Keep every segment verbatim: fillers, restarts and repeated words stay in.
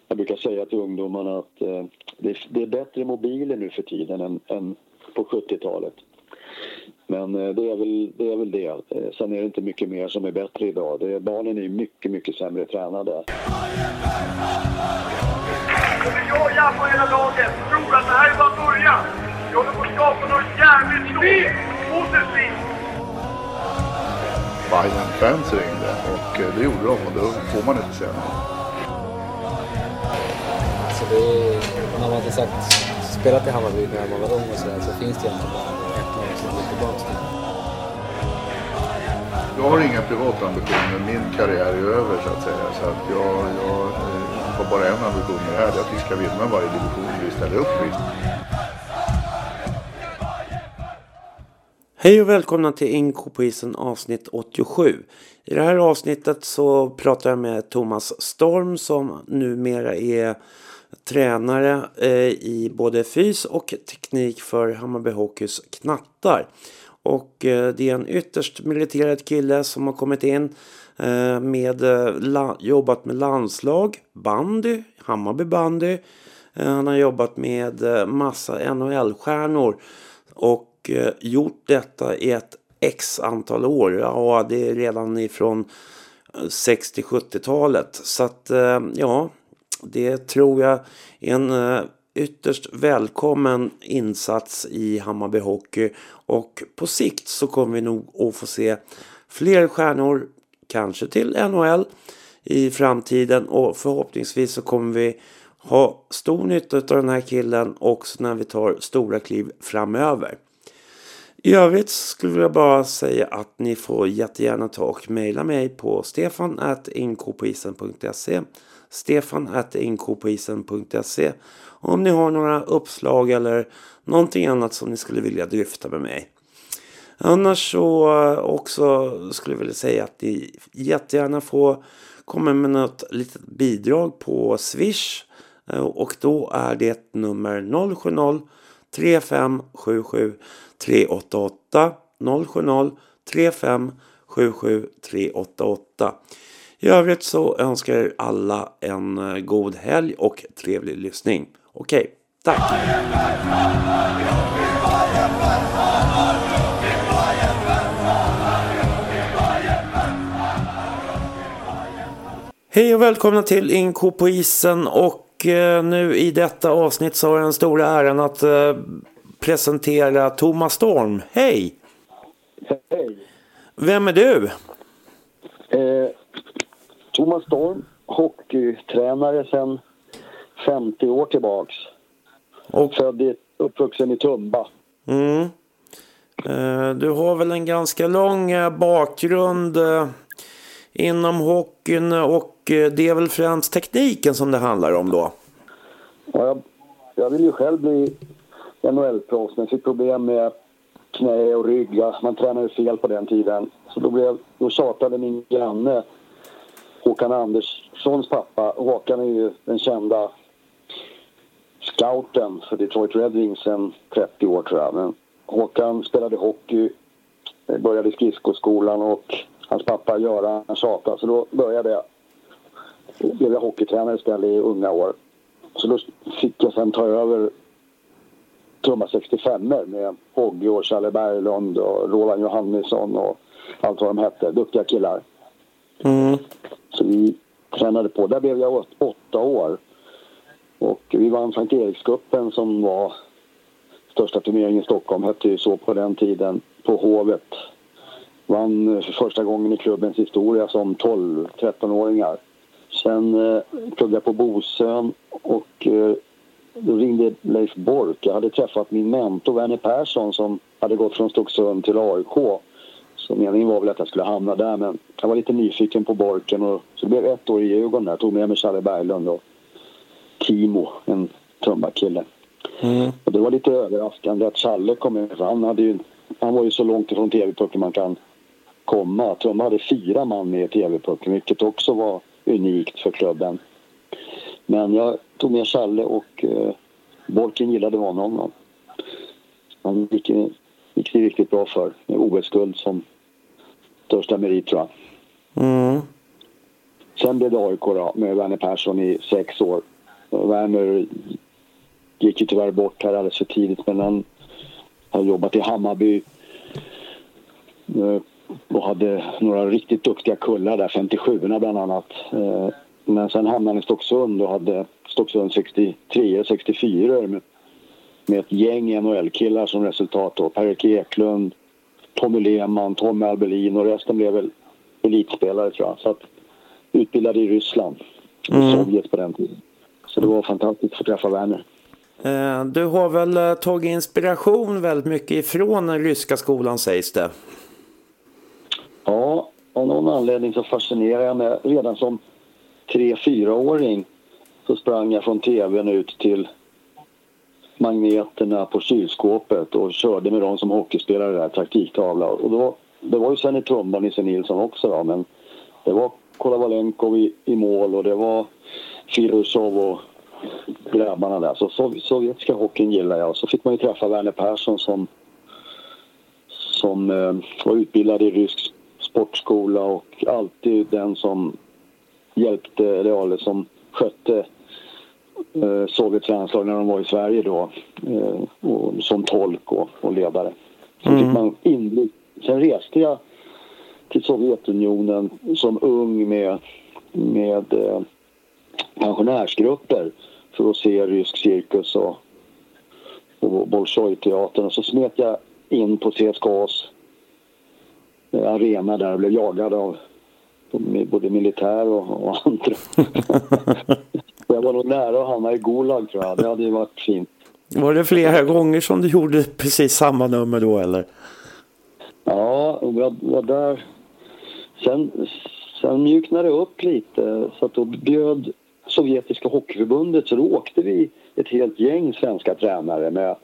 Jag brukar säga till ungdomarna att eh, det, är, det är bättre mobiler nu för tiden än, än på sjuttiotalet. Men eh, det, är väl, det är väl det. Eh, sen är det inte mycket mer som är bättre idag. Det är, barnen är mycket, mycket sämre tränade. Jag och jag på hela laget tror att det här är bara början. Jag håller på att skapa något jävligt stort. Positivt. Bayern-fans ringde och det gjorde de och då får man inte säga något. Så det är, när man har sagt spelat i Hammarby när man var ung och sådär, så finns det egentligen bara ett lag som går tillbaka till. Jag har inga privata ambitioner, min karriär är över så att säga. Så att jag, jag har bara en ambition med det här, att vi ska vinna varje division vi ställer upp i. Hej och välkomna till In K på isen avsnitt åttiosju. I det här avsnittet så pratar jag med Thomas Storm som numera är tränare i både fys och teknik för Hammarby Hockeys knattar. Och det är en ytterst meriterad kille som har kommit in med jobbat med landslag, bandy, Hammarby bandy. Han har jobbat med massa N H L-stjärnor och gjort detta i ett x antal år. Ja, det är redan ifrån sextio-sjuttiotalet. Så att, ja, det tror jag är en ytterst välkommen insats i Hammarby Hockey. Och på sikt så kommer vi nog att få se fler stjärnor, kanske till N H L i framtiden. Och förhoppningsvis så kommer vi ha stor nytta av den här killen också när vi tar stora kliv framöver. I övrigt skulle jag bara säga att ni får jättegärna ta och mejla mig på stefan at inkopoisen punkt se stefan at inkopoisen punkt se om ni har några uppslag eller någonting annat som ni skulle vilja dryfta med mig. Annars så också skulle jag vilja säga att ni jättegärna får komma med något litet bidrag på Swish och då är det nummer noll sju noll tre fem sju sju tre åtta åtta noll sju noll tre fem sju sju tre åtta åtta. I övrigt så önskar jag alla en god helg och trevlig lyssning. Okej, tack! Hej och välkomna till In K på isen och nu i detta avsnitt så har jag den stora äran att presentera Thomas Storm. Hej! Hej! Vem är du? Eh, Thomas Storm, hockeytränare sedan femtio år tillbaks. Och född i, uppvuxen i Tumba. Mm. Eh, du har väl en ganska lång bakgrund eh, inom hockeyn och eh, det är väl främst tekniken som det handlar om då? Ja, jag, jag vill ju själv bli N H L-proffs, men fick problem med knä och rygg. Man tränade fel på den tiden. Så då, blev, då tjatade min granne Håkan Anderssons pappa. Håkan är ju den kända scouten för Detroit Red Wings sedan trettio år tror jag. Men Håkan spelade hockey, började i skridskoskolan och hans pappa Göran tjatade. Så då började jag, blev jag hockeytränare istället i unga år. Så då fick jag sen ta över Tumba sextiofem med Hogge och Challe Berglund och Roland Johannesson och allt vad de hette. Duktiga killar. Mm. Så vi tränade på. Där blev jag åt, åtta år. Och vi vann Sankt Erikscupen som var största turneringen i Stockholm. Hette ju så på den tiden på Hovet. Vann för första gången i klubbens historia som tolv-tretton-åringar. Sen eh, pluggade jag på Bosön och eh, då ringde Leif Bork. Jag hade träffat min mentor Werner Persson som hade gått från Stocksund till A I K. Så meningen var väl att jag skulle hamna där, men jag var lite nyfiken på Borken och så det blev ett år i Djurgården där. Jag tog med mig Challe Berglund och Timo, en Tumba-kille. Mm. Och det var lite överraskande att Challe kom med, för han, hade ju, han var ju så långt ifrån T V-pucken man kan komma. Tumba hade fyra man med i T V-pucken, vilket också var unikt för klubben. Men jag tog med Challe och eh, Borken gillade honom. Han gick, gick det riktigt bra för. Med O S-guld som största merit tror jag. Mm. Sen blev det A I K då, med Werner Persson i sex år. Werner gick ju tyvärr bort här alldeles för tidigt, men han har jobbat i Hammarby och hade några riktigt duktiga kullar där, femtiosjuorna bland annat. Men sen hamnade han i Stocksund och hade Stocksund sextiotre sextiofyra med, med ett gäng N H L-killar som resultat då. Per-Erik Eklund, Tommy Lehmann, Tommy Albelin och resten blev väl elitspelare tror jag. Så att utbildade i Ryssland, i mm. Sovjet på den tiden. Så det var fantastiskt att få träffa Werner. Du har väl tagit inspiration väldigt mycket ifrån den ryska skolan, sägs det? Ja, av någon anledning så fascinerar jag mig. Redan som tre-fyraåring så sprang jag från tvn ut till magneterna på kylskåpet och körde med dem som hockeyspelare där, taktiktavla. Och då, det var ju sen i Tumba och Nisse Nilsson också då, men det var Kolavalenkov i, i mål och det var Firusov och grabbarna där. Så sov, sovjetiska hockeyn gillar jag. Och så fick man ju träffa Werner Persson som, som eh, var utbildad i rysk sportskola och alltid den som hjälpte, eller som skötte eh, Sovjets landslag när de var i Sverige då, eh, och, som tolk och, och ledare. Så mm. fick man inblick. Sen reste jag till Sovjetunionen som ung med, med eh, pensionärsgrupper för att se rysk cirkus och, och Bolshoi-teatern. Och så smet jag in på C S K A:s arena där och blev jagad av både militär och, och andra. Jag var nog nära att hamna i Gulag tror jag. Det hade ju varit fint. Var det flera gånger som du gjorde precis samma nummer då eller? Ja, jag var där. Sen, sen mjuknade det upp lite så att då bjöd Sovjetiska hockeyförbundet, så då åkte vi ett helt gäng svenska tränare med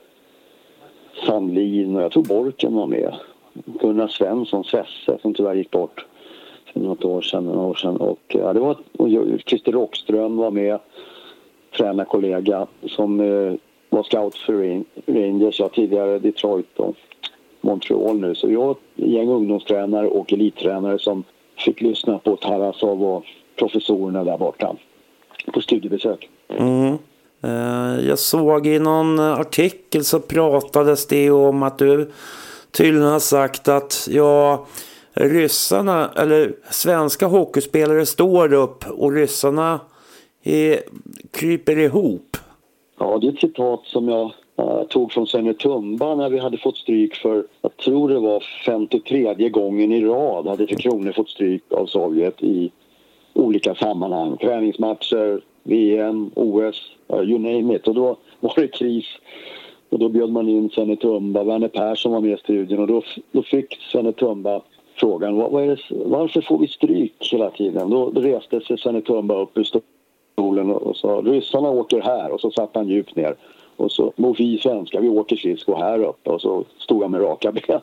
Sandlin och jag tror Borken var med. Gunnar Svensson, Svesse som tyvärr gick bort för något år sedan, några år sedan. Och, ja, det var, och Christer Rockström var med, tränarkollega som eh, var scout för Rangers, ja, tidigare Detroit och Montreal nu. Så jag var ett gäng ungdomstränare och elittränare som fick lyssna på Tarasov och professorerna där borta på studiebesök. Mm. Uh, jag såg i någon artikel så pratades det om att du tydligen har sagt att ja, ryssarna eller svenska hockeyspelare står upp och ryssarna är, kryper ihop. Ja, det är ett citat som jag uh, tog från Senne Tumba när vi hade fått stryk för, jag tror det var femtiotredje gången i rad hade Tre Kronor fått stryk av Sovjet i olika sammanhang. Träningsmatcher, V M, O S, uh, you name it. Och då var det kris. Och då bjöd man in Senne Tumba. Werner Persson var med i studion. Och då, då fick Senne Tumba frågan, vad, vad är det, varför får vi stryk hela tiden? Då, då reste sig Senne Tumba upp ur stolen och, och sa, ryssarna åker här. Och så satt han djupt ner. Och så, vi svenska, vi åker skridskor här uppe. Och så stod han med raka ben.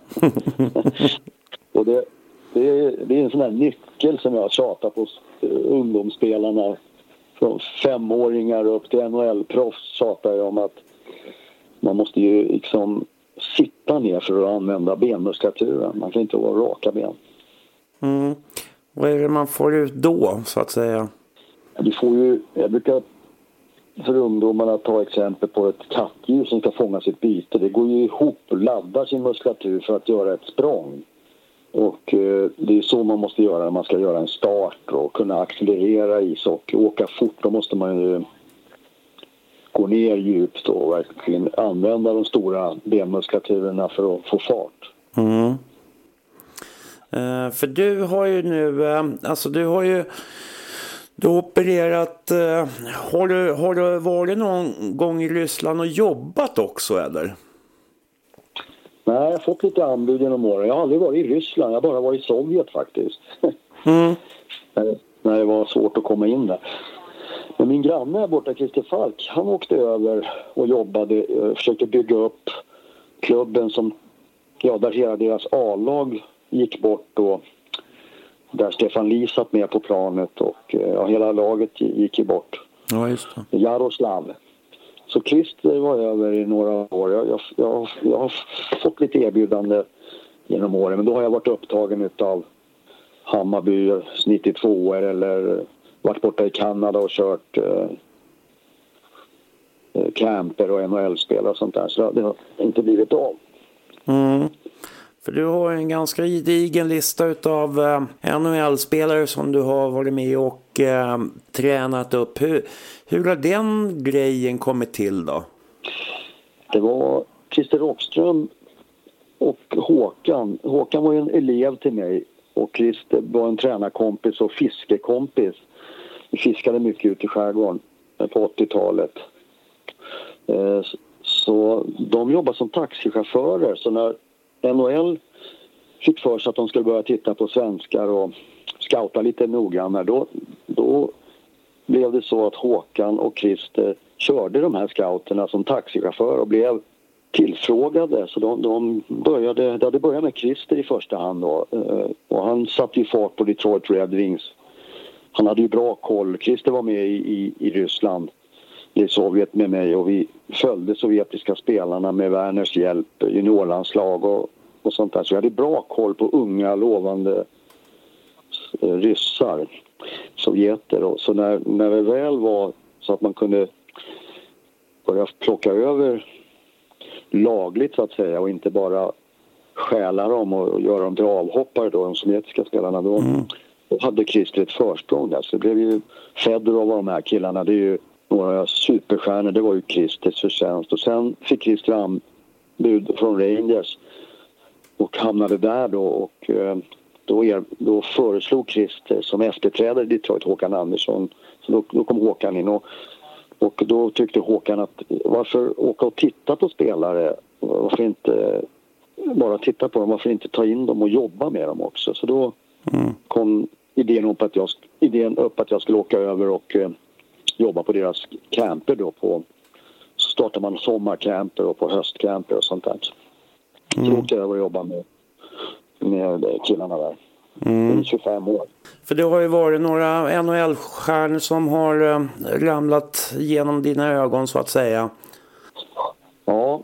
Och det, det, är, det är en sån här nyckel som jag tjatar på ungdomsspelarna. Från femåringar upp till N H L-proffs tjatar jag om att man måste ju liksom sitta ner för att använda benmuskulaturen. Man kan inte vara raka ben. Mm. Vad är det man får ut då, så att säga? Du får ju, jag brukar för ungdomarna ta exempel på ett kattdjur som ska fånga sitt byte. Det går ju ihop och laddar sin muskulatur för att göra ett språng. Och eh, det är så man måste göra när man ska göra en start och kunna accelerera ishockey. Åka fort, då måste man ju gå ner djupt och verkligen använda de stora benmuskulaturerna för att få fart. Mm. Uh, för du har ju nu, uh, alltså du har ju du har opererat, uh, har, du, har du varit någon gång i Ryssland och jobbat också eller? Nej, jag har fått lite anbud genom åren. Jag har aldrig varit i Ryssland, jag har bara varit i Sovjet faktiskt. Mm. När det var svårt att komma in där. Men min granne borta, Christer Falk, han åkte över och jobbade, försökte bygga upp klubben som, ja, där hela deras A-lag gick bort och där Stefan Lis satt med på planet och ja, hela laget gick ju bort. Ja, just det. Jaroslav. Så Christer var över i några år. Jag, jag, jag, jag har fått lite erbjudande genom åren, men då har jag varit upptagen utav Hammarby nittiotvå eller varit borta i Kanada och kört eh, camper och N H L-spelare och sånt där. Så det har inte blivit av. Mm. För du har en ganska gedigen lista utav eh, N H L-spelare som du har varit med och eh, tränat upp. Hur, hur har den grejen kommit till då? Det var Christer Rockström och Håkan. Håkan var ju en elev till mig och Christer var en tränarkompis och fiskekompis. Vi fiskade mycket ute i skärgården på åttiotalet. Eh, så de jobbade som taxichaufförer. Så när N H L fick för sig att de skulle börja titta på svenskar och scouta lite noggrannare, då, då blev det så att Håkan och Christer körde de här scouterna som taxichaufför och blev tillfrågade. Så de, de började, det hade börjat med Christer i första hand då, och han satte ju fart på Detroit Red Wings. Han hade ju bra koll. Christer var med i, i, i Ryssland, i Sovjet med mig, och vi följde sovjetiska spelarna med Werners hjälp, juniorlandslag och, och sånt där. Så vi hade bra koll på unga, lovande ryssar, sovjeter. Och så när, när det väl var så att man kunde börja plocka över lagligt så att säga och inte bara stjäla dem och göra dem till avhoppare då, de sovjetiska spelarna, då, mm. då hade Christer ett försprång där. Så det blev ju Fedorov och de här killarna, det är ju några superstjärnor, det var ju Christers förtjänst. Och sen fick Christer anbud från Rangers och hamnade där då, och då, är, då föreslog Christer som efterträdare i Detroit Håkan Andersson. Så då, då kom Håkan in och, och då tyckte Håkan att varför åka och titta på spelare, varför inte bara titta på dem, varför inte ta in dem och jobba med dem också. Så då mm. kom idén upp att jag, idén upp att jag skulle åka över och jobba på deras camper då. På, så startar man sommarcamper och på höstcamper och sånt där. Så mm. då åkte jag över och jobbade med, med killarna där. Mm. I tjugofem år. För det har ju varit några N H L-stjärnor som har äh, ramlat genom dina ögon så att säga. Ja,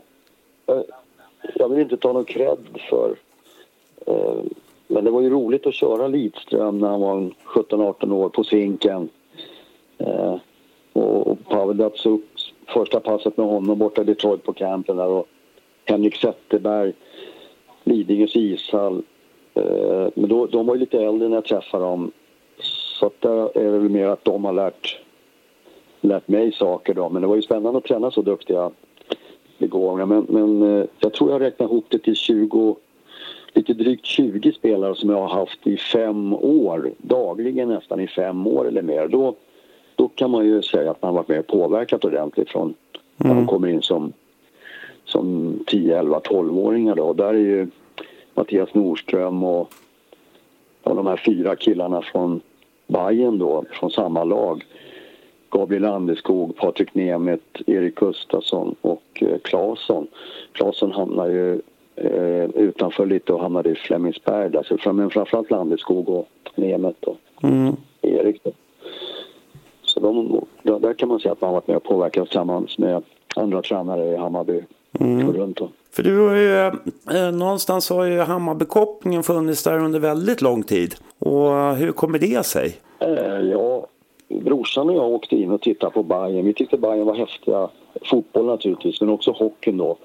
jag vill inte ta någon cred för. Eh, men det var ju roligt att köra Lidström när han var sjutton arton år på Zinken. Eh, och, och Pavel Datsuk, första passet med honom borta i Detroit på campen där, och Henrik Zetterberg, Lidingös ishall. Eh, men då, de var ju lite äldre när jag träffade dem, så att där är det väl mer att de har lärt, lärt mig saker då. Men det var ju spännande att träna så duktiga begåvningar. Men, men eh, jag tror jag räknar ihop det till tjugo, lite drygt tjugo spelare som jag har haft i fem år, dagligen nästan i fem år eller mer. Då Då kan man ju säga att man har varit med och påverkat ordentligt från mm. när de kommer in som, som tio, elva, tolv-åringar då. Och där är ju Mattias Nordström och, och de här fyra killarna från Bayern då, från samma lag. Gabriel Anderskog, Patrik Nemeth, Erik Gustafsson och eh, Claesson. Claesson hamnar ju eh, utanför lite och hamnade i Flemingsberg där. Så fram, men framförallt Landeskog och Nemeth och mm. Erik då. Så de, där kan man säga att man har varit med och påverkat tillsammans med andra tränare i Hammarby mm. och runt om. För du har ju, eh, någonstans har ju Hammarby-kopplingen funnits där under väldigt lång tid. Och hur kommer det sig? Eh, ja, brorsan och jag åkte in och tittade på Bayern. Vi tyckte Bayern var häftiga. Fotboll naturligtvis, men också hockeyn då.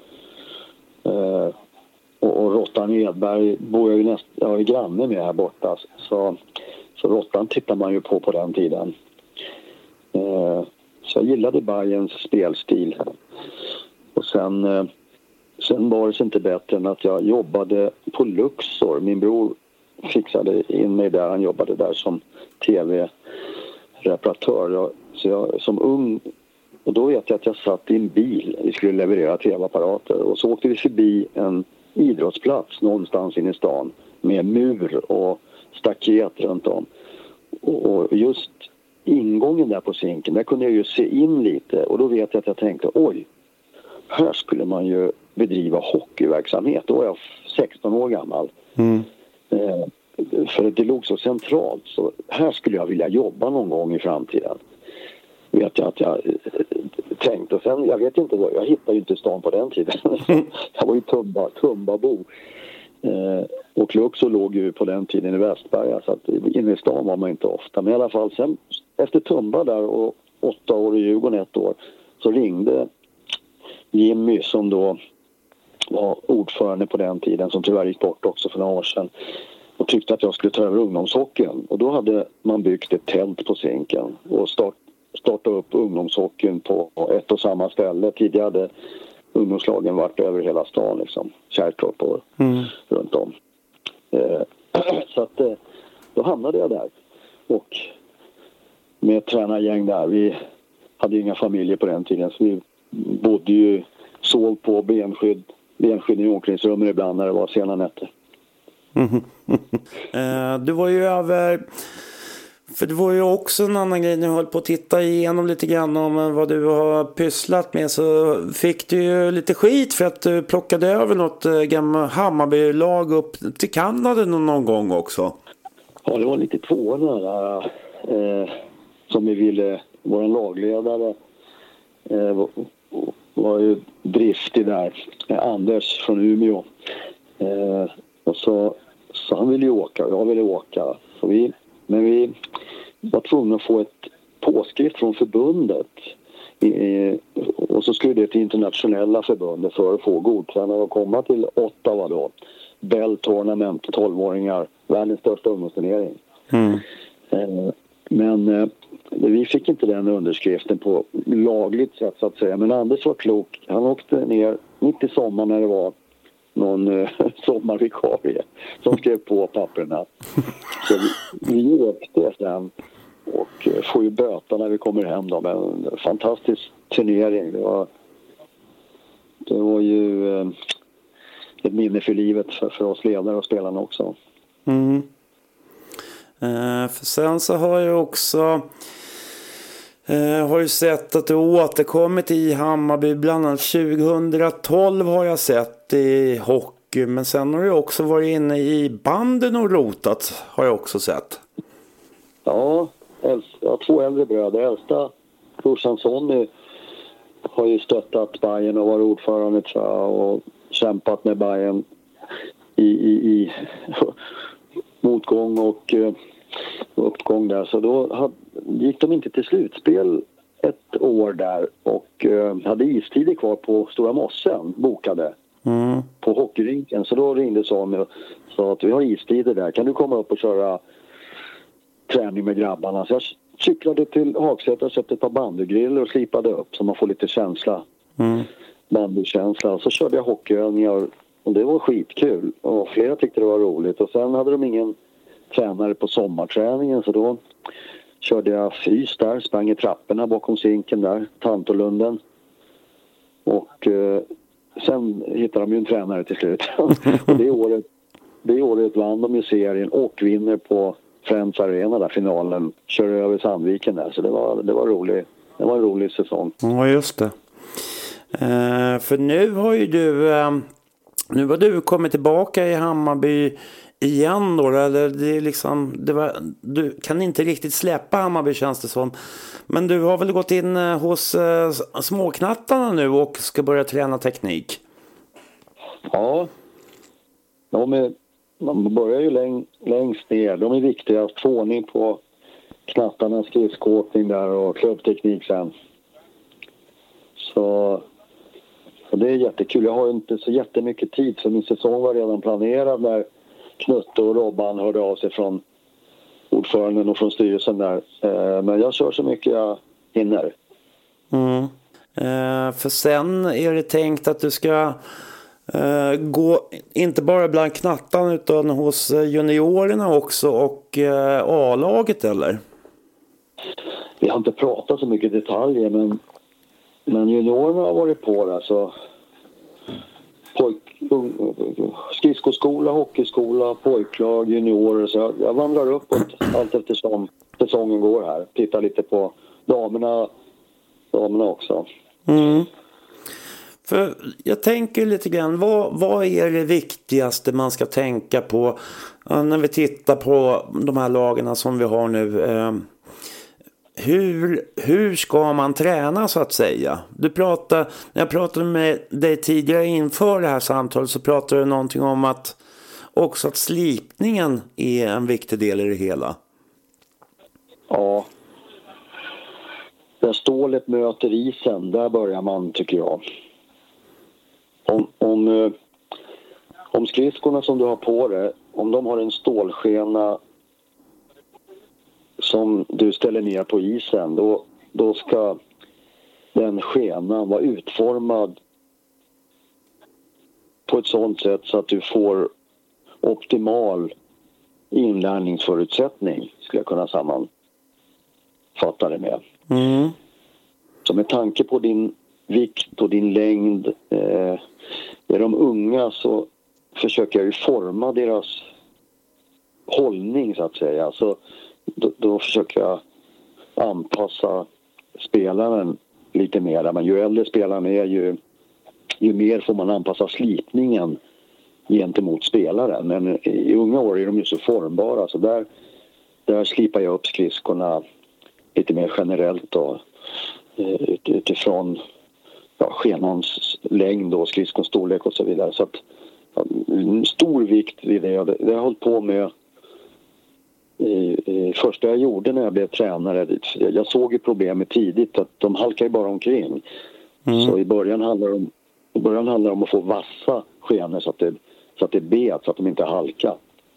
Eh, och, och Rottan Edberg bor jag ju nästan, jag är granne med här borta. Så, så Rottan tittar man ju på på den tiden. Eh, så jag gillade Bayerns spelstil. Och sen, eh, sen var det inte bättre än att jag jobbade på Luxor. Min bror fixade in mig där. Han jobbade där som tv-reparatör. Jag, så jag, som ung, och då vet jag att jag satt i en bil. Vi skulle leverera tv-apparater. Och så åkte vi förbi en idrottsplats någonstans inne i stan med mur och staket runt om. Och, och just ingången där på Zinken, där kunde jag ju se in lite. Och då vet jag att jag tänkte, oj, här skulle man ju bedriva hockeyverksamhet. Då var jag sexton år gammal. Mm. Eh, för det låg så centralt. Så här skulle jag vilja jobba någon gång i framtiden. Vet jag att jag eh, tänkte. Och sen, jag vet inte vad, jag hittade ju inte stan på den tiden. Jag var ju Tumba, Tumbabo. Eh, och Luxor låg ju på den tiden i Västberga, så att inne i stan var man inte ofta. Men i alla fall sen, efter Tumba där och åtta år i Djurgården ett år, så ringde Jimmy som då var ordförande på den tiden, som tyvärr gick bort också för några år sedan, och tyckte att jag skulle ta över ungdomshockeyn. Och då hade man byggt ett tält på Zinken och start, startat upp ungdomshockeyn på ett och samma ställe. Tidigare hade ungdomslagen varit över hela stan liksom, Kärrtorp och mm. runt om. Eh, så att eh, då hamnade jag där. Och med ett tränargäng där, vi hade inga familjer på den tiden, så vi bodde ju, sov på benskydd, benskydd i omklädningsrummen ibland när det var sena nätter. Mm. eh, du var ju över, för det var ju också en annan grej när jag höll på att titta igenom lite grann om vad du har pysslat med, så fick du ju lite skit för att du plockade över något gammalt Hammarby-lag upp till Kanada någon gång också. Ja, det var lite tvåorna där eh, som vi ville, vår lagledare eh, var ju driftig där, eh, Anders från Umeå. Eh, och så, så han ville ju åka och jag ville åka. Så vi, men vi var tvungna att få ett påskrift från förbundet. Eh, och så skulle det till internationella förbundet för att få godkännande att komma till Ottawa då. Bell Tournament, tolvåringar, världens största ungdomsturnering. Mm. Eh, men eh, vi fick inte den underskriften på lagligt sätt så att säga. Men Anders var klok. Han åkte ner mitt i sommaren när det var någon eh, sommarvikarie som skrev på papperna. Så vi, vi åkte sen och eh, får ju böta när vi kommer hem då. Men en fantastisk turnering. Det var, det var ju eh, ett minne för livet för, för oss ledare och spelarna också. Mm. Uh, för sen så har jag också uh, har ju sett att du återkommit i Hammarby bland annat tjugohundratolv har jag sett i hockey, men sen har du också varit inne i banden och rotat har jag också sett. Ja, jag har två äldre bröder. Äldsta brorsan Sonny har ju stöttat Bayern och var ordförande tror jag, och kämpat med Bayern i, i, i motgång och uh, uppgång där. Så då hade, gick de inte till slutspel ett år där och uh, hade istider kvar på Stora Mossen bokade mm. på hockeyrinken. Så då ringde Sonny och sa att vi har istider där. Kan du komma upp och köra träning med grabbarna? Så jag cyklade till Hagsätra och köpte ett par bandygriller och slipade upp så man får lite känsla. Mm. Bandykänsla. Så körde jag hockeyövningar och det var skitkul. Och flera tyckte det var roligt. Och sen hade de ingen tränare på sommarträningen så då körde jag fys där. Sprang i trapporna bakom Zinken där. Tantolunden. Och eh, sen hittade de ju en tränare till slut. Och det året, det året vann de ju serien och vinner på Friends Arena där finalen. Kör över Sandviken där. Så det var, det var roligt. Det var en rolig säsong. Ja, just det. Uh, för nu har ju du uh, nu har du kommit tillbaka i Hammarby igen då, eller det är liksom det var, du kan inte riktigt släppa Hammarby känns det som, men du har väl gått in uh, hos uh, småknattarna nu och ska börja träna teknik. Ja, de är, man börjar ju läng, längst ner, de är viktigast, tvåning på knattarna, skridskåkning där och klubbteknik sen. Så och det är jättekul. Jag har ju inte så jättemycket tid för min säsong var redan planerad när Knutte och Robban hörde av sig från ordföranden och från styrelsen där. Men jag kör så mycket jag hinner. Mm. Eh, för sen är det tänkt att du ska eh, gå inte bara bland knattarna utan hos juniorerna också och eh, A-laget eller? Vi har inte pratat så mycket detaljer men Men juniorerna har varit på det, så pojk, skridskoskola, hockeyskola, pojklag, juniorer. Så jag, jag vandrar uppåt allt eftersom säsongen går här. Tittar lite på damerna, damerna också. Mm. För jag tänker lite grann, vad, vad är det viktigaste man ska tänka på när vi tittar på de här lagarna som vi har nu? Eh, Hur, hur ska man träna så att säga? Du pratar, när jag pratade med dig tidigare inför det här samtalet så pratade du någonting om att också att slipningen är en viktig del i det hela. Ja. Där stålet möter isen, där börjar man tycker jag. Om, om, eh, om skridskorna som du har på dig, om de har en stålskena som du ställer ner på isen, då, då ska den skenan vara utformad på ett sådant sätt så att du får optimal inlärningsförutsättning, skulle jag kunna sammanfatta det med. Mm. Så med tanke på din vikt och din längd, eh, är de unga så försöker jag ju forma deras hållning så att säga. Så då, då försöker jag anpassa spelaren lite mer. Men ju äldre spelaren är, ju, ju mer får man anpassa slipningen gentemot spelaren. Men i unga år är de ju så formbara, så där, där slipar jag upp skridskorna lite mer generellt då, ut, utifrån ja, skenans längd och skridskons storlek och så vidare. Så att ja, stor vikt vid det. Det har jag hållit på med i, i första jag gjorde när jag blev tränare. Jag såg ju problemet tidigt, att de halkar ju bara omkring. Mm. Så i början handlar det om, i början handlar det om att få vassa skenor så att det så att det bet, så att de inte halkar.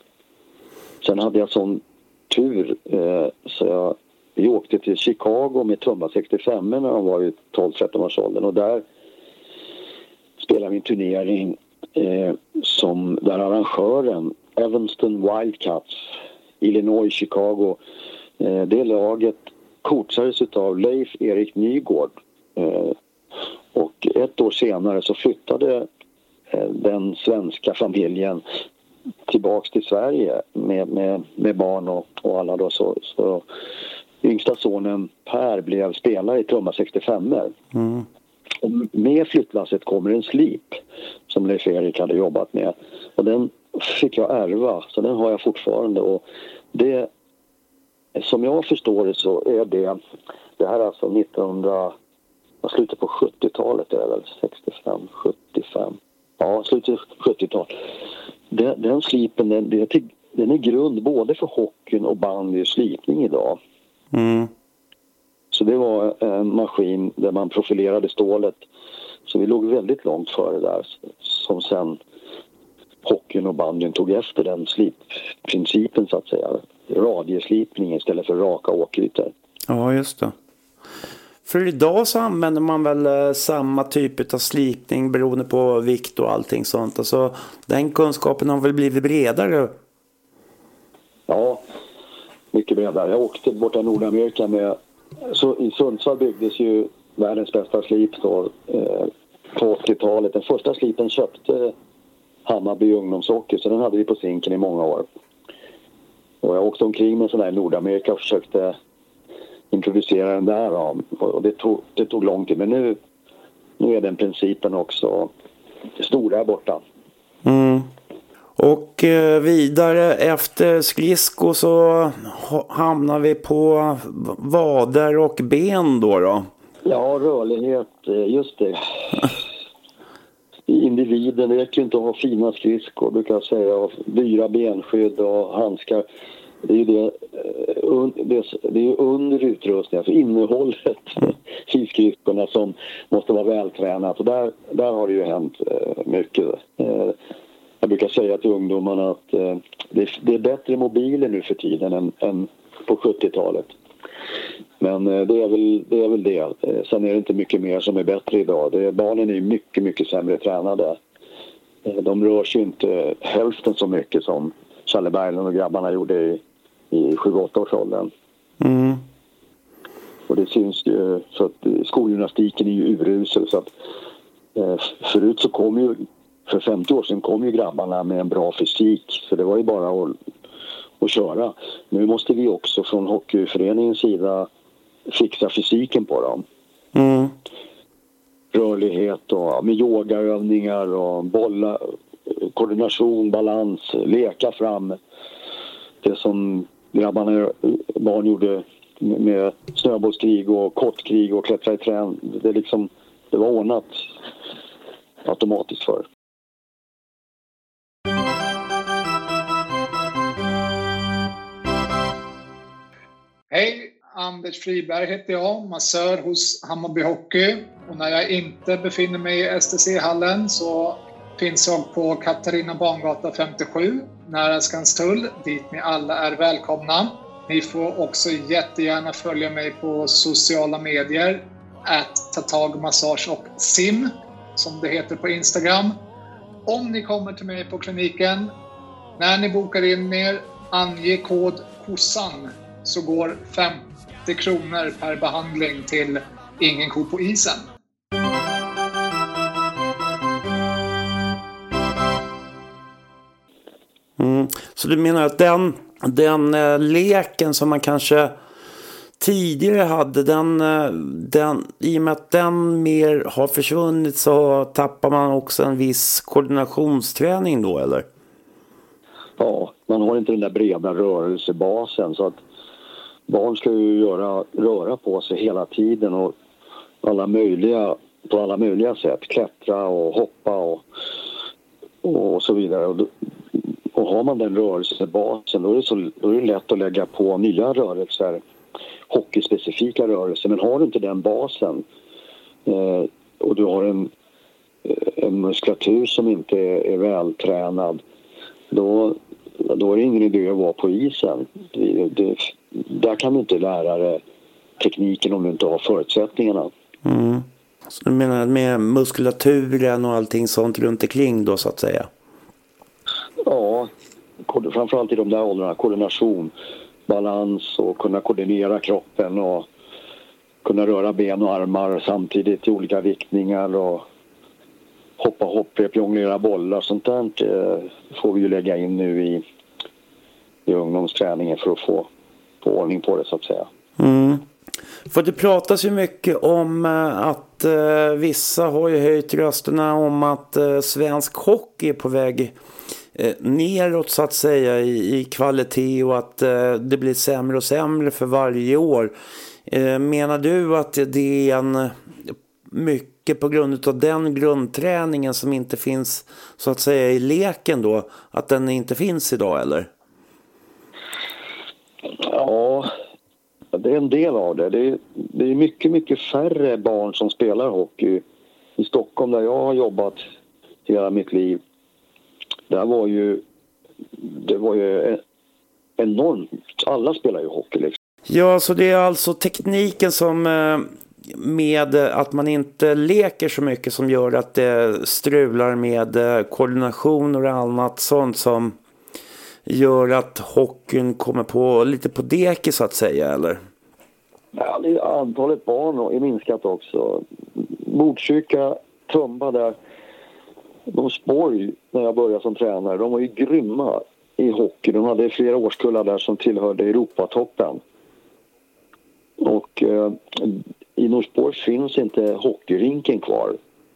Sen hade jag sån tur eh, så jag, vi åkte till Chicago med Tumba sextiofem när de var i tolv tretton års åldern, och där spelade vi en turnering eh, som där arrangören Evanston Wildcats, Illinois, Chicago, eh, det laget coachades av Leif Erik Nygård, eh, och ett år senare så flyttade den svenska familjen tillbaks till Sverige med, med, med barn och, och alla då. Så, så yngsta sonen Per blev spelare i Tumba sextiofem. Mm. Och med flyttlasset kommer en slip som Leif Erik hade jobbat med. Och den fick jag ärva, så den har jag fortfarande. Och det, som jag förstår det, så är det, det här är alltså nittonhundra, slutet på sjuttiotalet är det väl, sextiofem, sjuttiofem. Ja, slutet sjuttiotal. Den, den slipen, den, den är grund både för hockeyn och bandy och slipning idag. Mm. Så det var en maskin där man profilerade stålet. Så vi låg väldigt långt före där. Som sen hockeyn och bandyn tog efter den slipprincipen så att säga. Radieslipning istället för raka åkytor. Ja, just det. För idag så använder man väl samma typ av slipning beroende på vikt och allting sånt. Alltså, den kunskapen har väl blivit bredare? Ja, mycket bredare. Jag åkte borta i Nordamerika med... Så i Sundsvall byggdes ju världens bästa slip då, eh, på åttiotalet. Den första slipen köpte Hammarby ungdomshockey, så den hade vi på sinken i många år. Och jag åkte omkring med sån här i Nordamerika och försökte introducera den där, och det tog, det tog lång tid, men nu, nu är den principen också stor där borta. Mm. Och eh, vidare efter skridsko så ha, hamnar vi på vader och ben då då? Ja, rörlighet, just det. Individen, det räcker ju inte att ha fina skridskor, brukar jag säga, och dyra benskydd och handskar. Det är ju det, det är ju under utrustningen, för innehållet i skridskorna som måste vara vältränat. Och där, där har det ju hänt mycket. Jag brukar säga till ungdomarna att det är bättre mobiler nu för tiden än, än på sjuttiotalet. Men det är, väl, det är väl det. Sen är det inte mycket mer som är bättre idag. Det är, barnen är mycket, mycket sämre tränade. De rör sig inte hälften så mycket som Challe Berglund och grabbarna gjorde i i sju åtta års åldern. Mm. Och det syns ju, så att skolgymnastiken är ju urusel, så att eh, förut så kom ju, för femtio år sedan kom ju grabbarna med en bra fysik, så det var ju bara att, att köra. Nu måste vi också från hockeyföreningens sida fixa fysiken på dem. Mm. Rörlighet och med yogaövningar och bolla, koordination, balans, leka fram. Det som grabbarna, barn gjorde med snöbollskrig och kortkrig och klättra i trän, det, liksom, det var ordnat automatiskt för. Hej, Anders Friberg heter jag, massör hos Hammarby Hockey. Och när jag inte befinner mig i S T C-hallen så finns jag på Katarina Bangata femtiosju, nära Skanstull, dit ni alla är välkomna. Ni får också jättegärna följa mig på sociala medier, at tatagmassage och sim, som det heter på Instagram. Om ni kommer till mig på kliniken, när ni bokar in er, ange kod kossan, så går femtio kronor per behandling till Ingen ko på isen. Mm. Så du menar att den, den eh, leken som man kanske tidigare hade, den, eh, den, i och med att den mer har försvunnit, så tappar man också en viss koordinationsträning då, eller? Ja, man har inte den där breda rörelsebasen, så att barn ska ju göra, röra på sig hela tiden och alla möjliga, på alla möjliga sätt. Klättra och hoppa och, och så vidare. Och, och har man den rörelsebasen, då är, det så, då är det lätt att lägga på nya rörelser, hockeyspecifika rörelser. Men har du inte den basen eh, och du har en, en muskulatur som inte är, är vältränad, då, då är det ingen idé att vara på isen. Det, det, där kan du inte lära dig tekniken om du inte har förutsättningarna. Mm. Så du menar med muskulaturen och allting sånt runt omkring då, så att säga? Ja, framförallt i de där åldrarna. Koordination, balans och kunna koordinera kroppen och kunna röra ben och armar samtidigt i olika riktningar och hoppa, hopprep, jonglera bollar. Sånt där får vi ju lägga in nu i, i ungdomsträningen för att få, få ordning på det, så att säga. Mm. För det pratas ju mycket om att eh, vissa har ju höjt rösterna om att eh, svensk hockey är på väg eh, neråt, så att säga, i, i kvalitet, och att eh, det blir sämre och sämre för varje år. Eh, menar du att det är en mycket på grund av den grundträningen som inte finns, så att säga, i leken då, att den inte finns idag, eller? Ja, det är en del av det. Det är, det är mycket, mycket färre barn som spelar hockey. I Stockholm, där jag har jobbat hela mitt liv, där var ju, det var ju enormt. Alla spelar ju hockey liksom. Ja, så det är alltså tekniken som med att man inte leker så mycket som gör att det strular med koordination och annat sånt som gör att hockeyn kommer på lite på deki, så att säga, eller? Ja, det är antalet barn är minskat också. Botkyrka, Tumba där, Norsborg, när jag började som tränare, de var ju grymma i hockey. De hade flera årskullar där som tillhörde Europatoppen. Och eh, i Norsborg finns inte hockeyrinken kvar.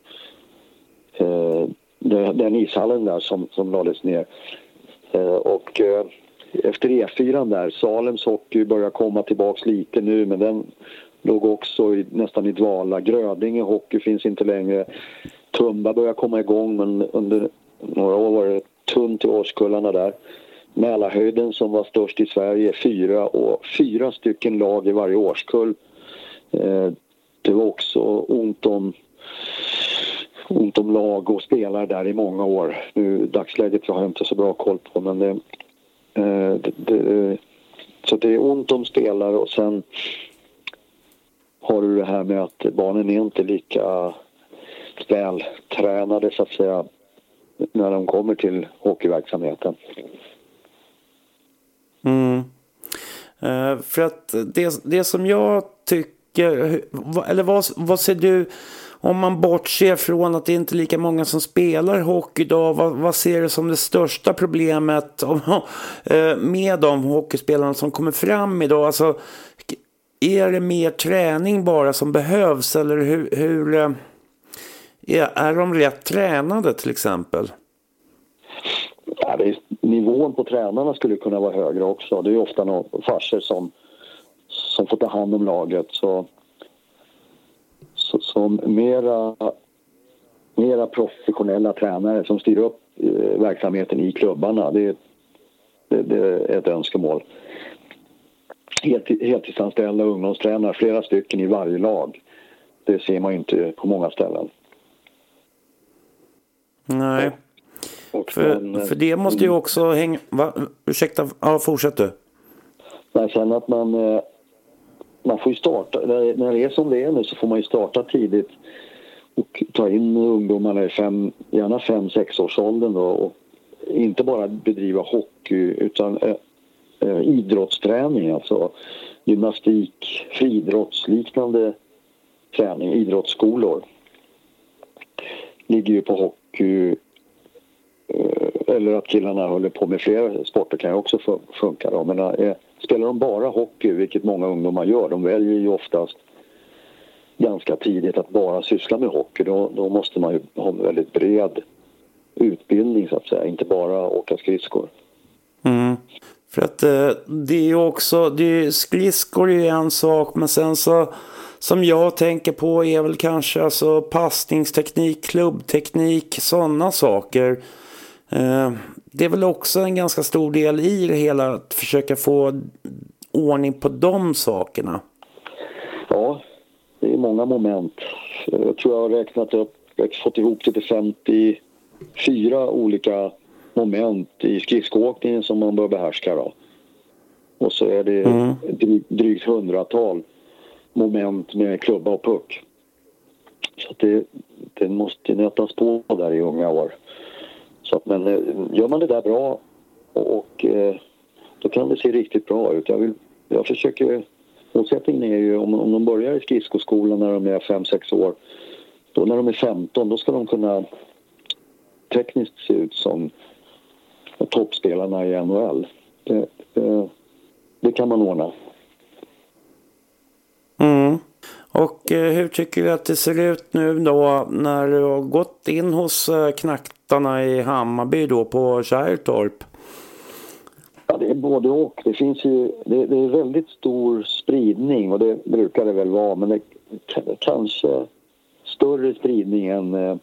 Eh, den ishallen där som, som lades ner. Eh, och eh, efter E fyra där, Salems hockey börjar komma tillbaks lite nu, men den låg också i, nästan i dvala. Grödinge hockey finns inte längre. Tumba börjar komma igång, men under några år var det tunt i årskullarna där. Mälarhöjden, som var störst i Sverige, fyra och fyra stycken lag i varje årskull. Eh, det var också ont om ont om lag och spelare där i många år. Nu dagsläget har jag inte så bra koll på, men det, eh, det, det så det är ont om spelare, och sen har du det här med att barnen är inte lika vältränade, så att säga, när de kommer till hockeyverksamheten. Mm. Uh, för att det, det som jag tycker, eller vad, vad ser du, om man bortser från att det inte är lika många som spelar hockey idag, vad, vad ser du som det största problemet om, uh, med de hockeyspelarna som kommer fram idag? Alltså, är det mer träning bara som behövs, eller hur, hur uh, är, är de rätt tränade till exempel? Ja, det är, nivån på tränarna skulle kunna vara högre också. Det är ju ofta några farser som, som får ta hand om laget. Så, så, som mera, mera professionella tränare som styr upp eh, verksamheten i klubbarna. Det, det, det är ett önskemål. helt, heltidsanställda ungdomstränare, flera stycken i varje lag. Det ser man ju inte på många ställen. Nej. Och för, sen, för det måste ju också hänga... Va? Ursäkta, ja, fortsätt du. Jag känner att man, man får ju starta, när det är som det är nu så får man ju starta tidigt och ta in ungdomarna i fem, gärna fem, sex års åldern då, och inte bara bedriva hockey utan äh, äh, idrottsträning, alltså gymnastik, friidrottsliknande träning, idrottsskolor ligger ju på hockey, eller att killarna håller på med flera sporter kan ju också funka då. Men äh, spelar de bara hockey, vilket många ungdomar gör, de väljer ju oftast ganska tidigt att bara syssla med hockey, då, då måste man ju ha en väldigt bred utbildning så att säga, inte bara åka skridskor. Mm. För att eh, det är ju också, det är, skridskor är ju en sak, men sen så som jag tänker på är väl kanske alltså passningsteknik, klubbteknik, sådana saker. Eh, det är väl också en ganska stor del i det hela att försöka få ordning på de sakerna. Ja, det är många moment. Jag tror jag har räknat upp, jag har fått ihop det till femtiofyra olika moment i skridskoåkningen som man bör behärska då. Och så är det mm. drygt hundratal moment med klubba och puck. Så att det, det måste nötas på där i unga år. Så att, men gör man det där bra och, och då kan det se riktigt bra ut. Jag, vill, jag försöker, målsättningen är ju om, om de börjar i skridskoskolan när de är fem sex år, då när de är femton, då ska de kunna tekniskt se ut som toppspelarna i N H L. Det, det, det kan man ordna. Mm. Och eh, hur tycker du att det ser ut nu då när du har gått in hos eh, knaktarna i Hammarby då på Kärrtorp? Ja, det är både och. Det finns ju, det, det är väldigt stor spridning och det brukar det väl vara, men det är kanske större spridning än, eh,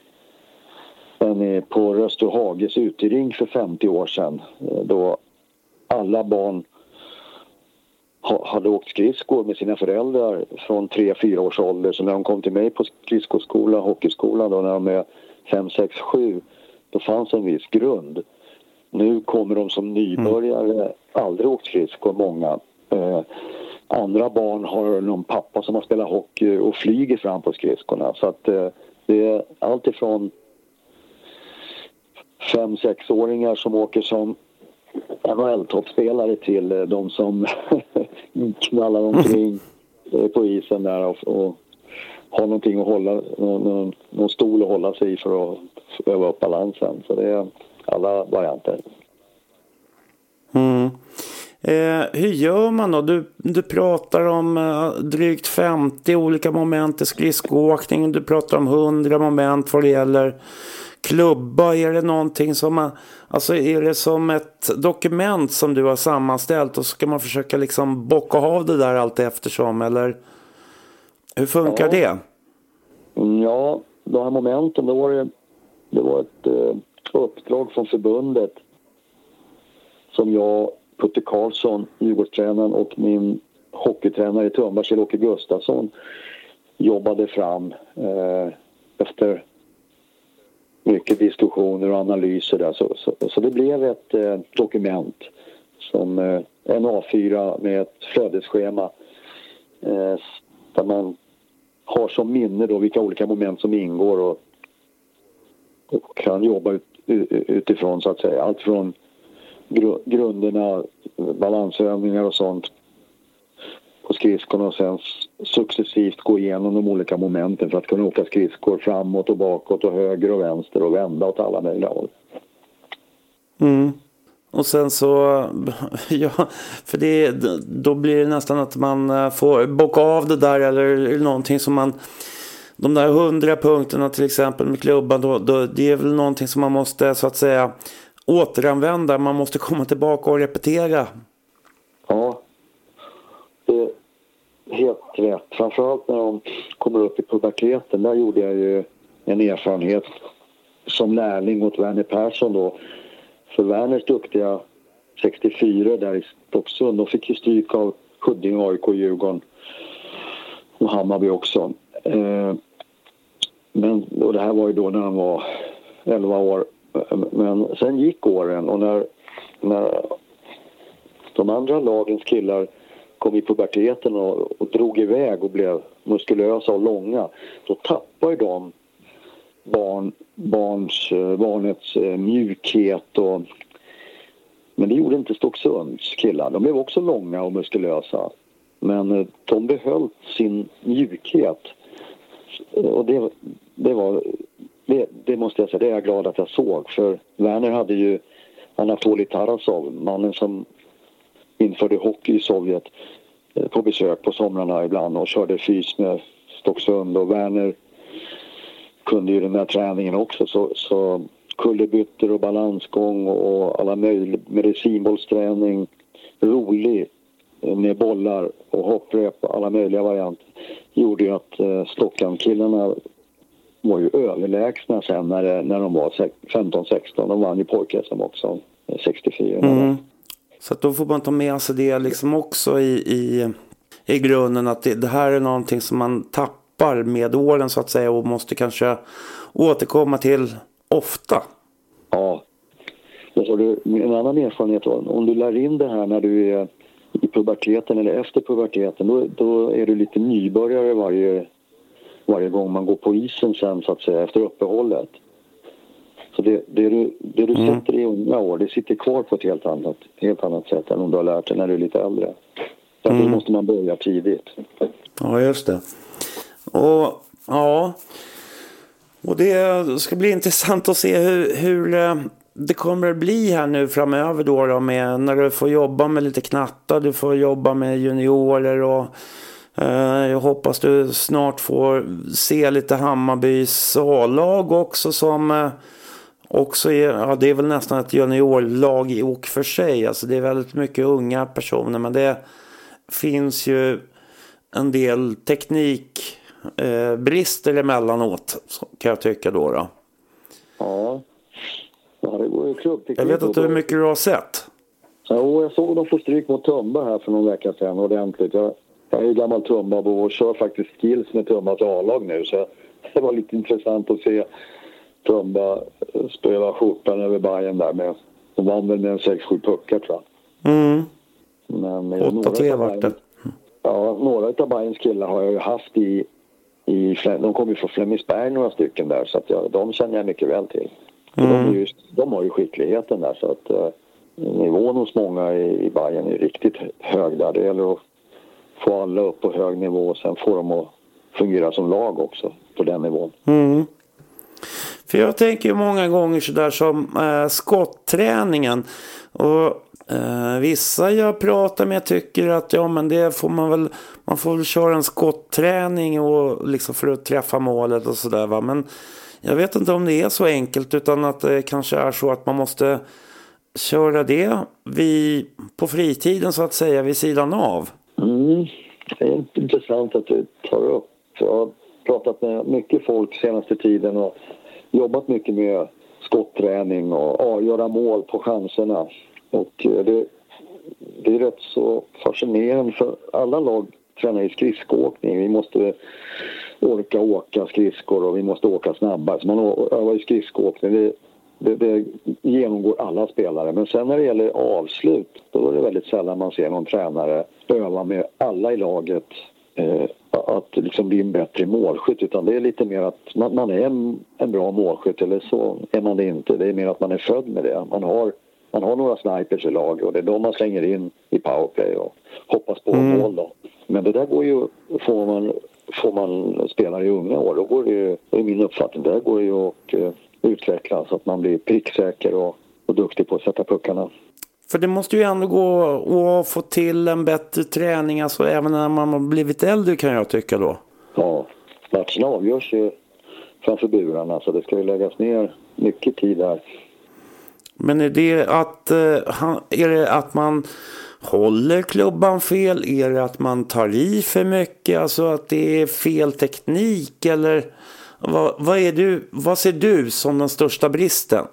än på Rösterhages utering för femtio år sedan, eh, då alla barn hade åkt skridskor med sina föräldrar från tre fyra års ålder. Så när de kom till mig på skridskoskola, hockeyskolan då när de är fem sex sju, då fanns en viss grund. Nu kommer de som nybörjare, mm. aldrig åkt skridskor, många. Eh, andra barn har någon pappa som har spelat hockey och flyger fram på skridskorna. Så att eh, det är allt ifrån fem sexåringar som åker som N H L-toppspelare till de som knallar omkring på isen där och, och har någonting att hålla, någon, någon stol att hålla sig i för att öva upp balansen. Så det är alla varianter. Mm. Eh, hur gör man då? Du, du pratar om eh, drygt femtio olika moment i skridskoåkning. Du pratar om hundra moment vad det gäller klubba. Är det någonting som man, alltså är det som ett dokument som du har sammanställt och så ska man försöka liksom bocka av det där allt eftersom, eller hur funkar ja. det? Ja, de här momenten, då var det, det var ett eh, uppdrag från förbundet som jag, Putte Karlsson, Djurgårdstränaren, och min hockeytränare i Tumba, Kjell-Åke Gustafsson, jobbade fram eh, efter mycket diskussioner och analyser där. Så, så, så det blev ett eh, dokument som eh, en A fyra med ett flödesschema eh, där man har som minne då vilka olika moment som ingår och, och kan jobba ut, utifrån så att säga. Allt från gru, grunderna, balansövningar och sånt på skridskorna och sen successivt gå igenom de olika momenten för att kunna åka skridskor framåt och bakåt och höger och vänster och vända åt alla möjliga håll. Mm. Och sen så, ja, för det, då blir det nästan att man får bocka av det där eller någonting som man, de där hundra punkterna till exempel med klubban, då, då, det är väl någonting som man måste så att säga återanvända, man måste komma tillbaka och repetera. Ja, det är helt rätt. Framförallt när de kommer upp i puberteten, där gjorde jag ju en erfarenhet som lärling mot Werner Persson då. För Werners duktiga sextiofyra där i Stocksund, de fick ju stryk av Huddinge, A I K, Djurgården och Hammarby också. Eh, men, och det här var ju då när han var elva år. Men sen gick åren och när, när de andra lagens killar kom i puberteten och, och drog iväg och blev muskulösa och långa, då tappade de barn, barns, barnets mjukhet. Och, men det gjorde inte Stocksunds killar. De blev också långa och muskulösa. Men de behöll sin mjukhet. Och det, det var... Det, det måste jag säga, det är jag glad att jag såg. För Werner hade ju Anatolij Tarasov, mannen som införde hockey i Sovjet, på besök på somrarna ibland och körde fys med Stocksund. Och Werner kunde ju den här träningen också. Så, så kullerbytter och balansgång och alla möjliga medicinbollsträning, rolig med bollar och hopprep, alla möjliga varianter, gjorde ju att eh, Stockholm-killarna var ju överlägsna sen när, när de var femton sexton. De vann ju pojk-S M också sextiofyra. Mm. Så att då får man ta med sig det liksom också i, i, i grunden att det, det här är någonting som man tappar med åren så att säga och måste kanske återkomma till ofta. Ja. Och så du, en annan erfarenhet, om du lär in det här när du är i puberteten eller efter puberteten, då, då är du lite nybörjare varje varje gång man går på isen sen så att säga efter uppehållet. Så det, det du, det du mm. sätter i unga år, det sitter kvar på ett helt annat, helt annat sätt än om du har lärt dig när du är lite äldre. Därför mm. måste man börja tidigt. Ja, just det. Och ja, och det ska bli intressant att se hur, hur det kommer att bli här nu framöver då, då med, när du får jobba med lite knattar, du får jobba med juniorer och jag hoppas du snart får se lite Hammarbys A-lag också som också är, ja, det är väl nästan ett juniorlag i och för sig. Alltså det är väldigt mycket unga personer men det finns ju en del teknikbrister emellanåt kan jag tycka då. då. Ja, ja det går ju klubbteknik. Jag vet inte hur mycket du har sett. Ja, jag såg dem få stryk mot Tumba här för någon vecka sedan ordentligt. Jag Jag är ju gammal Tumbabo och kör faktiskt skills med Tumbas A-lag nu. Så det var lite intressant att se Tumba spela skjortan över Bayern där med. De vann väl med en sex sju puckar tror jag. Mm. Men åtta tre vart det. Ja, några av Bayerns killar har jag ju haft i... i de kommer ju från Flemingsberg några stycken där. Så att jag, de känner jag mycket väl till. Mm. De, är ju, de har ju skickligheten där så att... Uh, nivån hos många i, i Bayern är riktigt hög där. Det gäller att få alla upp på hög nivå och sen får de att fungera som lag också på den nivån. Mm. För jag tänker ju många gånger sådär som äh, skottträningen och äh, vissa jag pratar med tycker att ja men det får man väl, man får väl köra en skottträning och liksom för att träffa målet och sådär va, men jag vet inte om det är så enkelt utan att det kanske är så att man måste köra det vid, på fritiden så att säga vid sidan av. Mm. Det är intressant att du tar upp. Jag har pratat med mycket folk senaste tiden och jobbat mycket med skottträning och avgöra mål på chanserna. Och det, det är rätt så fascinerande för alla lag tränar i skridskoåkning. Vi måste orka åka skridskor och vi måste åka snabbare. Så man övar i skridskoåkning. Det, det, det genomgår alla spelare. Men sen när det gäller avslut då är det väldigt sällan man ser någon tränare öva med alla i laget eh, att liksom bli en bättre målskytt. Utan det är lite mer att man, man är en, en bra målskytt eller så är man det inte. Det är mer att man är född med det. Man har, man har några snipers i lag och det är de man slänger in i powerplay och hoppas på mm. mål då. Men det där går ju, får man, får man spela i unga år, då går det ju, det är min uppfattning, det där går ju att uh, utveckla så att man blir pricksäker och, och duktig på att sätta puckarna. För det måste ju ändå gå att få till en bättre träning, alltså även när man har blivit äldre kan jag tycka då. Ja, matcherna avgörs ju framför burarna så det ska ju läggas ner mycket tid där. Men är det att, är det att man håller klubban fel? Är det att man tar i för mycket? Alltså att det är fel teknik? Eller vad, vad, är du, vad ser du som den största bristen?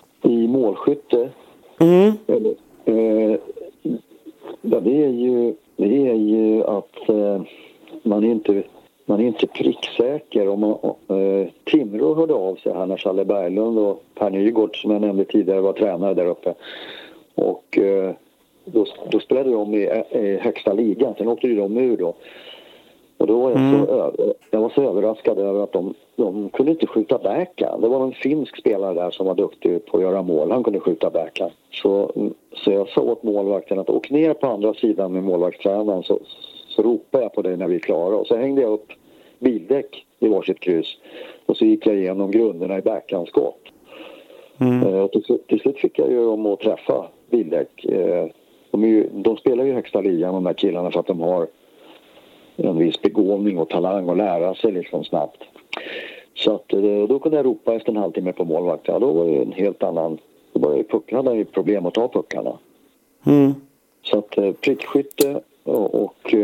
I målskytte? Mm. Eller, eh, ja, det är ju det är ju att eh, man är inte man är inte pricksäker. Om man, eh, Timrå hörde av sig här när Challe Berglund och Per Nygård som jag nämnde tidigare var tränare där uppe. Och eh, då, då spelade de i, i högsta ligan. Sen åkte de ur då. Och då var jag, mm. så, jag var så överraskad över att de, de kunde inte skjuta backhand. Det var en finsk spelare där som var duktig på att göra mål. Han kunde skjuta backhand. Så, så jag sa åt målvakten att åk ner på andra sidan med målvaktstränaren så, så ropade jag på dig när vi är klara. Och så hängde jag upp bildäck i varsitt kryss. Och så gick jag igenom grunderna i backhandskott. Mm. Och till, till slut fick jag ju om att träffa bildäck. De, är ju, de spelar ju högsta ligan de här killarna för att de har en viss begåvning och talang och lära sig liksom snabbt. Så att då kunde jag ropa efter en halvtimme på målvakt. Ja, då var det en helt annan... Då var ju puckarna, hade ju problem att ta puckarna. Mm. Så att prickskytte och, och,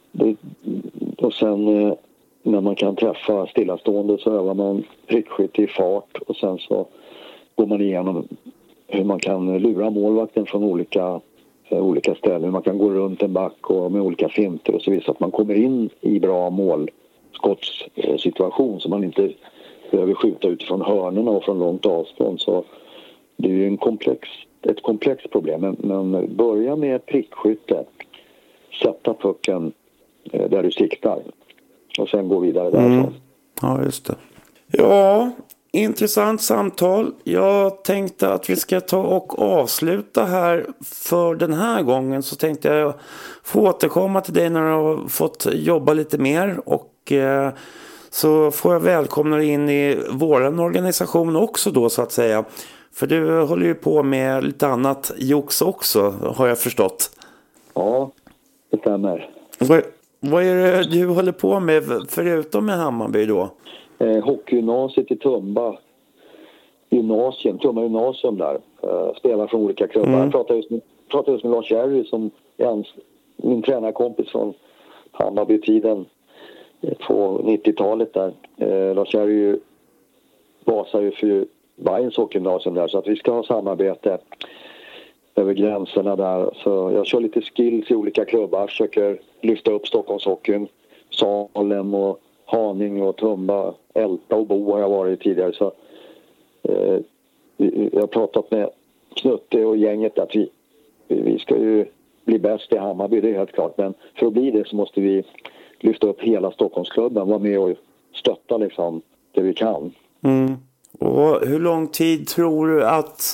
och sen när man kan träffa stillastående så övar man prickskytte i fart och sen så går man igenom hur man kan lura målvakten från olika olika ställen. Man kan gå runt en back och med olika finter och så vidare så att man kommer in i bra målskottssituation så man inte behöver skjuta utifrån hörnorna och från långt avstånd. Så det är ju en komplex, ett komplext problem. Men, men börja med prickskytte. Sätta pucken där du siktar. Och sen gå vidare därifrån. Mm. Ja, just det. Ja, intressant samtal. Jag tänkte att vi ska ta och avsluta här för den här gången. Så tänkte jag få återkomma till dig när du har fått jobba lite mer. Och eh, så får jag välkomna dig in i våran organisation också då så att säga. För du håller ju på med lite annat jox också, har jag förstått. Ja, det stämmer. Vad, vad är det du håller på med förutom med Hammarby då? Eh, hockeygymnasiet i Tumba. Gymnasium, Tumba gymnasium där. Eh, spelar från olika klubbar. Mm. Jag pratade just med, pratade just med Lars Jerry som är hans, min tränarkompis från Hammarby-tiden på nittiotalet där. Eh, Lars Jerry basar ju för Bayerns hockeygymnasium där så att vi ska ha samarbete över gränserna där. Så jag kör lite skills i olika klubbar, försöker lyfta upp Stockholmshockeyn, Salem och Haninge och Tumba, Älta och Bo har jag varit tidigare. Så eh, jag har pratat med Knutte och gänget att vi, vi ska ju bli bäst i Hammarby, det är helt klart. Men för att bli det så måste vi lyfta upp hela Stockholmsklubben, vara med och stötta liksom det vi kan. Mm. Och hur lång tid tror du att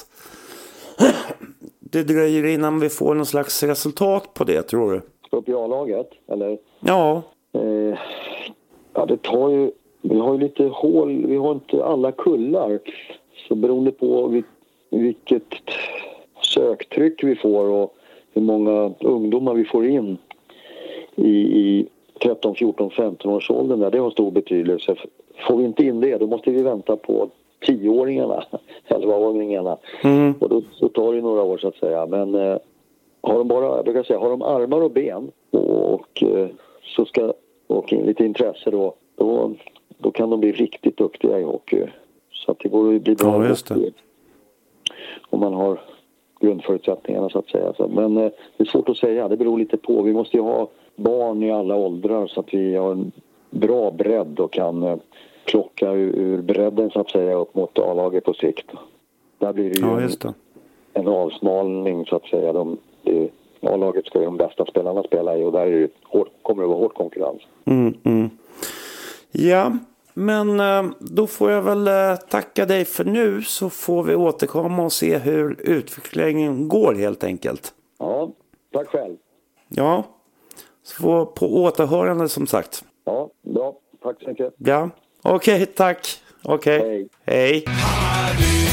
det dröjer innan vi får någon slags resultat på det, tror du? Upp i A-laget, eller? Ja. Eh, ja, det tar ju... Vi har ju lite hål, vi har inte alla kullar. Så beroende på vil, vilket söktryck vi får och hur många ungdomar vi får in i, i tretton, fjorton, femton års åldern där, det har stor betydelse. Får vi inte in det, då måste vi vänta på tioåringarna, elvaåringarna. Mm. Och då så tar det några år så att säga. Men eh, har de bara, jag brukar säga, har de armar och ben och, och eh, så ska, och lite intresse då, då, då kan de bli riktigt duktiga i hockey. Så att det går att bli bra. Ja, just det. Om man har grundförutsättningarna så att säga. Så, men eh, det är svårt att säga, det beror lite på. Vi måste ju ha barn i alla åldrar så att vi har en bra bredd och kan eh, plocka ur, ur bredden så att säga upp mot A-laget på sikt. Där blir det ju ja, just det. En, en avsmalning så att säga. De, det, A-laget ska ju de bästa spelarna spela i och där är det hård, kommer det vara hård konkurrens. Mm, mm. Ja, men då får jag väl tacka dig för nu så får vi återkomma och se hur utvecklingen går helt enkelt. Ja, tack själv. Ja, så får på återhörande som sagt. Ja, bra. Tack så mycket. Ja, okej, okay, tack. Okej, okay. Hej. Hej.